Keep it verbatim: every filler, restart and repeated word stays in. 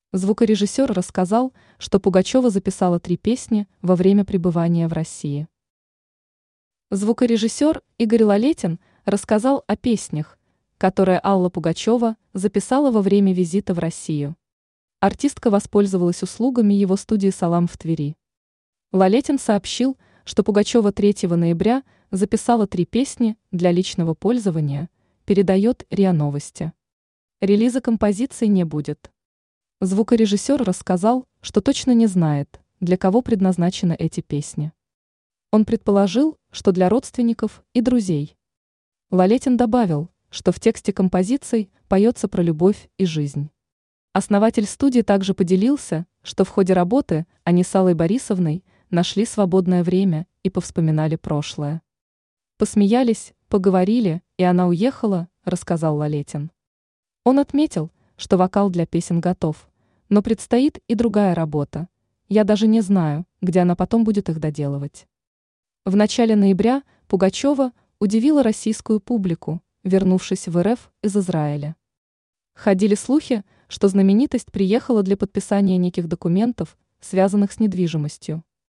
Звукорежиссер рассказал, что Пугачева записала три песни во время пребывания в России. Звукорежиссер Игорь Лалетин рассказал о песнях, которые Алла Пугачева записала во время визита в Россию. Артистка воспользовалась услугами его студии «Салам» в Твери. Лалетин сообщил, что Пугачева третьего ноября записала три песни для личного пользования, передает РИА Новости. Релиза композиции не будет. Звукорежиссер рассказал, что точно не знает, для кого предназначены эти песни. Он предположил, что для родственников и друзей. Лалетин добавил, что в тексте композиций поется про любовь и жизнь. Основатель студии также поделился, что в ходе работы они с Аллой Борисовной нашли свободное время и повспоминали прошлое. Посмеялись, поговорили, и она уехала, рассказал Лалетин. Он отметил, что вокал для песен готов, но предстоит и другая работа. Я даже не знаю, где она потом будет их доделывать. В начале ноября Пугачева удивила российскую публику, вернувшись в РФ из Израиля. Ходили слухи, что знаменитость приехала для подписания неких документов, связанных с недвижимостью.